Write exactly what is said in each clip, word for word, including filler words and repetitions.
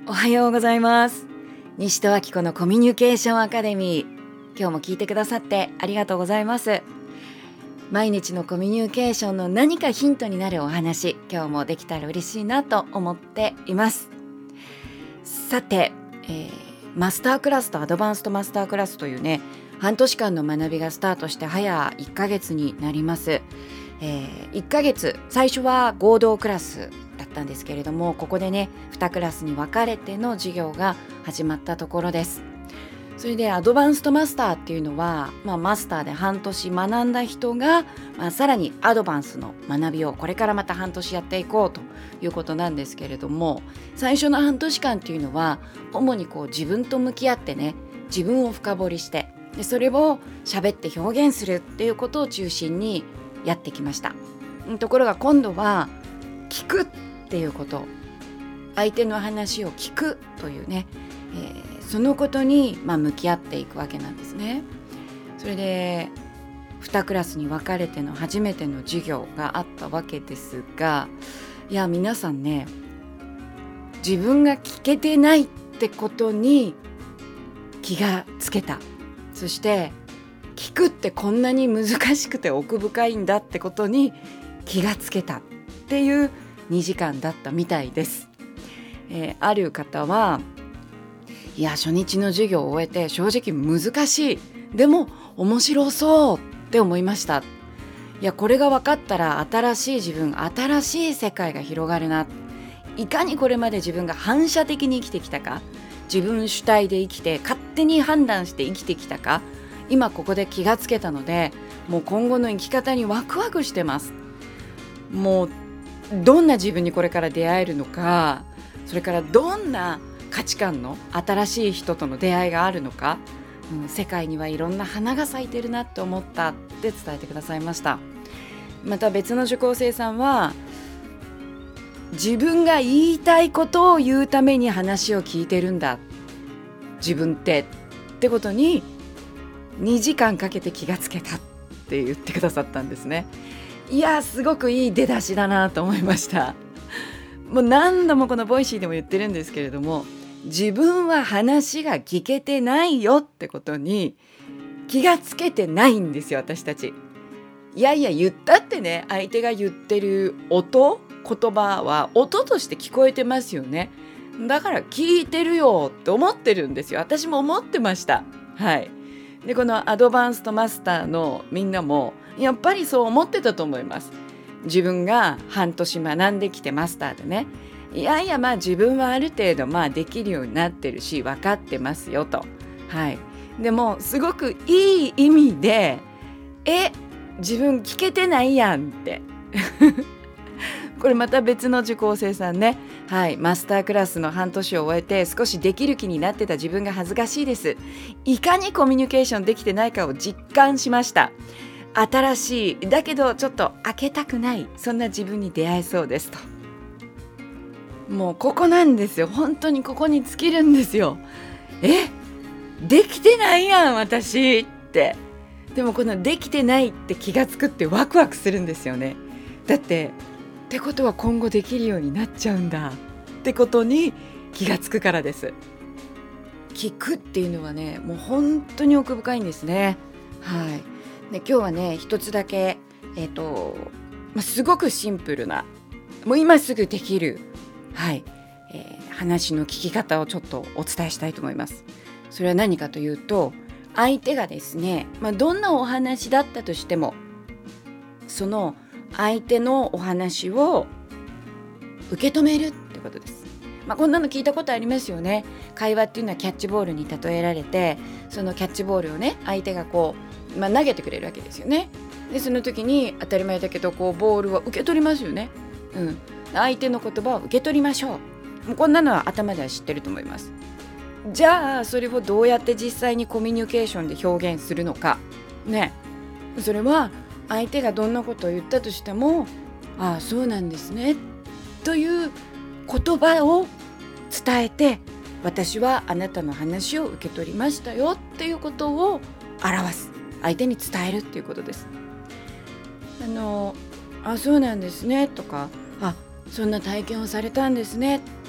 おはようございます。西戸明子のコミュニケーションアカデミー、今日も聞いてくださってありがとうございます。毎日のコミュニケーションの何かヒントになるお話、今日もできたら嬉しいなと思っています。さて、えー、マスタークラスとアドバンストマスタークラスというね、半年間の学びがスタートして早いっかげつになります。えー、いっかげつ、最初は合同クラスだったんですけれども、ここでねにクラスに分かれての授業が始まったところです。それでアドバンストマスターっていうのは、まあ、マスターで半年学んだ人が、まあ、さらにアドバンスの学びをこれからまた半年やっていこうということなんですけれども、最初の半年間っていうのは主にこう自分と向き合ってね、自分を深掘りして、でそれを喋って表現するっていうことを中心にやってきました。ところが今度は聞くっていうこと、相手の話を聞くというね、えー、そのことに、まあ、向き合っていくわけなんですね。それでにクラスに分かれての初めての授業があったわけですが、いや皆さんね、自分が聞けてないってことに気がつけた。そして聞くってこんなに難しくて奥深いんだってことに気がつけたっていうにじかんだったみたいです。えー、ある方はいや初日の授業を終えて正直難しい、でも面白そうって思いました。いやこれが分かったら新しい自分、新しい世界が広がるな。いかにこれまで自分が反射的に生きてきたか、自分主体で生きて勝手に判断して生きてきたか、今ここで気がつけたので、もう今後の生き方にワクワクしてます。もうどんな自分にこれから出会えるのか、それからどんな価値観の新しい人との出会いがあるのか、うん、世界にはいろんな花が咲いてるなって思ったって伝えてくださいました。また別の受講生さんは、自分が言いたいことを言うために話を聞いてるんだ自分ってってことににじかんかけて気がつけたって言ってくださったんですね。いやすごくいい出だしだなと思いました。もう何度もこのボイシーでも言ってるんですけれども、自分は話が聞けてないよってことに気がつけてないんですよ、私たち。いやいや言ったってね、相手が言ってる音、言葉は音として聞こえてますよね。だから聞いてるよって思ってるんですよ。私も思ってました。はい。でこのアドバンストマスターのみんなもやっぱりそう思ってたと思います。自分が半年学んできてマスターでね、いやいやまあ自分はある程度まあできるようになってるし分かってますよと。はい。でもすごくいい意味で、え自分聞けてないやんってこれまた別の受講生さんね、はい、マスタークラスの半年を終えて少しできる気になってた自分が恥ずかしいです。いかにコミュニケーションできてないかを実感しました。新しいだけどちょっと開けたくない、そんな自分に出会えそうですと。もうここなんですよ。本当にここに尽きるんですよ。えできてないやん私って。でもこのできてないって気がつくってワクワクするんですよね。だってってことは今後できるようになっちゃうんだってことに気がつくからです。聞くっていうのはね、もう本当に奥深いんですね。はい。で今日はね一つだけ、えーとまあ、すごくシンプルな、もう今すぐできる、はいえー、話の聞き方をちょっとお伝えしたいと思います。それは何かというと、相手がですね、まあ、どんなお話だったとしてもその相手のお話を受け止めるってことです。まあ、こんなの聞いたことありますよね。会話っていうのはキャッチボールに例えられて、そのキャッチボールをね相手がこう、まあ、投げてくれるわけですよね。でその時に当たり前だけどこうボールを受け取りますよね。うん、相手の言葉を受け取りましょう。もうこんなのは頭では知ってると思います。じゃあそれをどうやって実際にコミュニケーションで表現するのかね。それは相手がどんなことを言ったとしても、ああそうなんですねという言葉を伝えて、私はあなたの話を受け取りましたよっていうことを表す、相手に伝えるっていうことです。あのあそうなんですねとか、あそんな体験をされたんですね、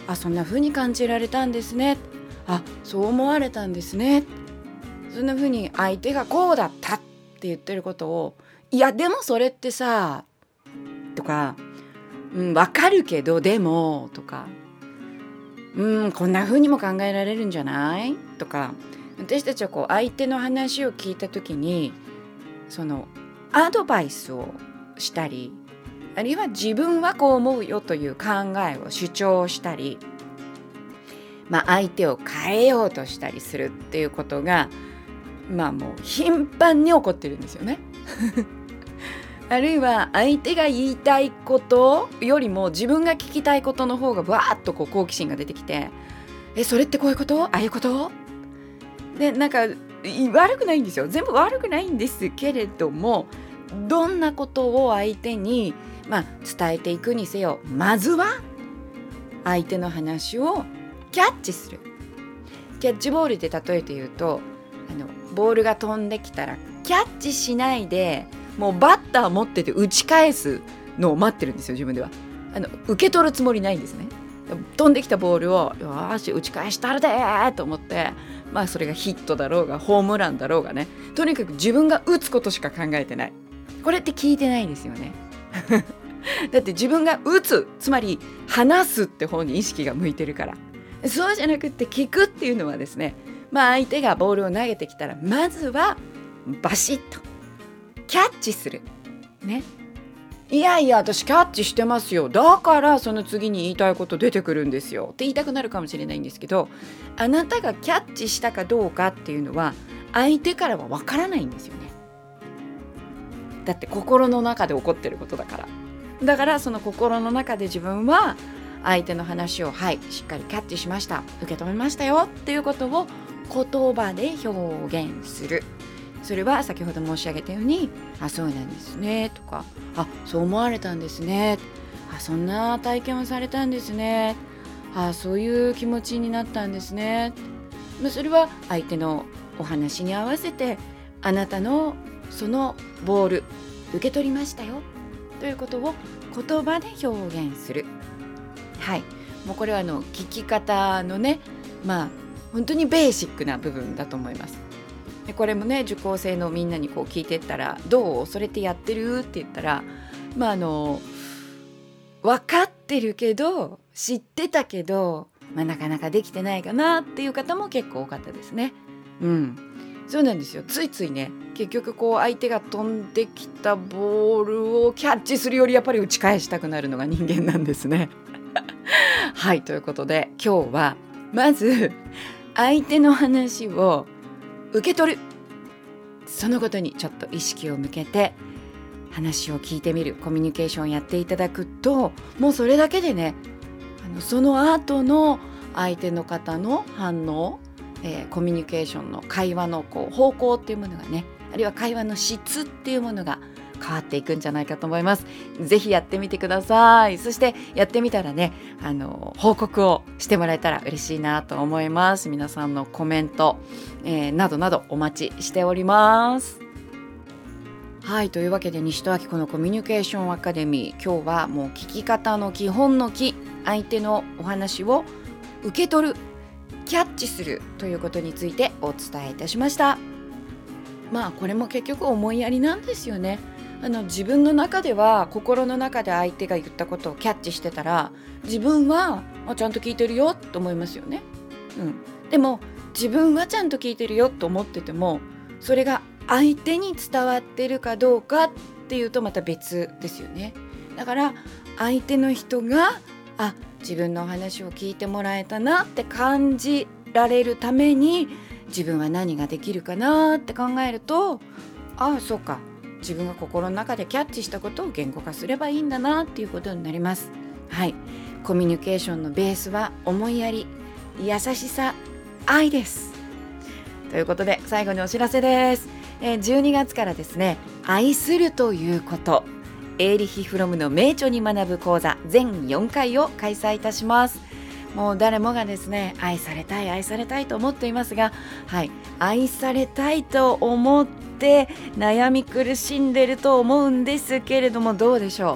あ、そんな風に感じられたんですね、あ、そう思われたんですね、そんな風に相手がこうだったって言ってることを、いやでもそれってさとか、うん、わかるけどでもとか、うん、こんな風にも考えられるんじゃないとか、私たちはこう相手の話を聞いた時にそのアドバイスをしたり、あるいは自分はこう思うよという考えを主張したり、まあ、相手を変えようとしたりするっていうことがまあもう頻繁に起こってるんですよねあるいは相手が言いたいことよりも自分が聞きたいことの方がわーっとこう好奇心が出てきて、えそれってこういうことああいうことで、なんか悪くないんですよ、全部悪くないんですけれども、どんなことを相手に、まあ、伝えていくにせよ、まずは相手の話をキャッチする。キャッチボールで例えて言うと、あのボールが飛んできたらキャッチしないでもうバッター持ってて打ち返すのを待ってるんですよ。自分ではあの受け取るつもりないんですね。飛んできたボールをよーし打ち返したるでーと思って、まあそれがヒットだろうがホームランだろうがね、とにかく自分が打つことしか考えてない。これって聞いてないんですよねだって自分が打つ、つまり話すって方に意識が向いてるから。そうじゃなくって聞くっていうのはですね、まあ相手がボールを投げてきたらまずはバシッとキャッチするね。いやいや私キャッチしてますよ、だからその次に言いたいこと出てくるんですよって言いたくなるかもしれないんですけど、あなたがキャッチしたかどうかっていうのは相手からはわからないんですよね。だって心の中で起こってることだから。だからその心の中で自分は相手の話をはいしっかりキャッチしました、受け止めましたよっていうことを言葉で表現する。それは先ほど申し上げたように、あ、そうなんですねとか、あ、そう思われたんですね、あ、そんな体験をされたんですね、あ、そういう気持ちになったんですね。それは相手のお話に合わせて、あなたのそのボール受け取りましたよということを言葉で表現する。はい、もうこれはあの聞き方のね、まあ本当にベーシックな部分だと思います。でこれもね、受講生のみんなにこう聞いてったら、どうそれってやってるって言ったら、まああの分かってるけど知ってたけど、まあ、なかなかできてないかなっていう方も結構多かったですね。うん、そうなんですよ。ついついね、結局こう相手が飛んできたボールをキャッチするよりやっぱり打ち返したくなるのが人間なんですねはい、ということで今日はまず相手の話を受け取る、そのことにちょっと意識を向けて話を聞いてみる、コミュニケーションをやっていただくと、もうそれだけでね、あのその後の相手の方の反応、えー、コミュニケーションの会話のこう方向っていうものがね、あるいは会話の質っていうものが変わっていくんじゃないかと思います。ぜひやってみてください。そしてやってみたらね、あの報告をしてもらえたら嬉しいなと思います。皆さんのコメント、えー、などなどお待ちしております。はい、というわけで西戸明子のコミュニケーションアカデミー、今日はもう聞き方の基本の基、相手のお話を受け取る、キャッチするということについてお伝えいたしました。まあこれも結局思いやりなんですよね。あの自分の中では、心の中で相手が言ったことをキャッチしてたら、自分はあちゃんと聞いてるよと思いますよね。うん、でも自分はちゃんと聞いてるよと思ってても、それが相手に伝わってるかどうかっていうとまた別ですよね。だから相手の人があ自分のお話を聞いてもらえたなって感じられるために、自分は何ができるかなって考えると、ああそうか、自分が心の中でキャッチしたことを言語化すればいいんだなっていうことになります。はい、コミュニケーションのベースは思いやり、優しさ、愛です。ということで最後にお知らせです。じゅうにがつからですね、愛するということ、エーリヒ・フロムの名著に学ぶ講座全よんかいを開催いたします。もう誰もがですね、愛されたい愛されたいと思っていますが、はい、愛されたいと思って悩み苦しんでると思うんですけれども、どうでしょ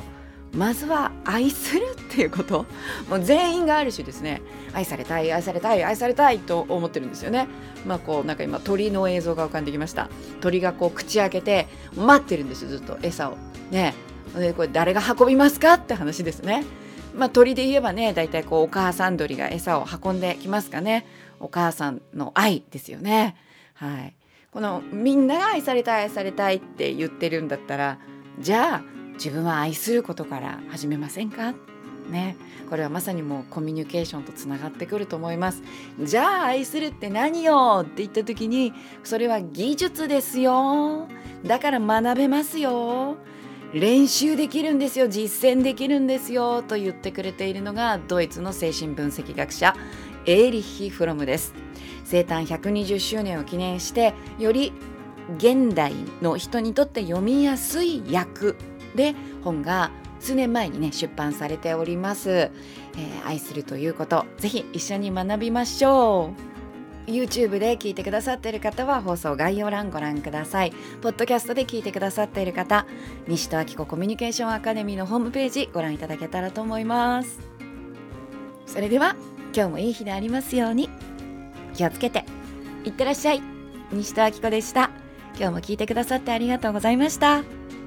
まずは愛するっていうこと、もう全員がある種ですね、愛されたい愛されたい愛されたいと思ってるんですよね。まあこうなんか今鳥の映像が浮かんできました。鳥がこう口開けて待ってるんですよ、ずっと餌をね。でこれ誰が運びますかって話ですね。まあ鳥で言えばね、だいたいこうお母さん鳥が餌を運んできますかね。お母さんの愛ですよね。はい、このみんなが愛されたい愛されたいって言ってるんだったら、じゃあ自分は愛することから始めませんかね。これはまさにもうコミュニケーションとつながってくると思います。じゃあ愛するって何よって言った時に、それは技術ですよ。だから学べますよ。練習できるんですよ、実践できるんですよと言ってくれているのがドイツの精神分析学者エーリッヒ・フロムです。生誕ひゃくにじゅっしゅうねんを記念して、より現代の人にとって読みやすい訳で本が数年前にね出版されております。えー、愛するということ、ぜひ一緒に学びましょう。 YouTube で聞いてくださっている方は放送概要欄ご覧ください。ポッドキャストで聞いてくださっている方、西戸明子コミュニケーションアカデミーのホームページご覧いただけたらと思います。それでは今日もいい日でありますように。気をつけていってらっしゃい。西戸明子でした。今日も聞いてくださってありがとうございました。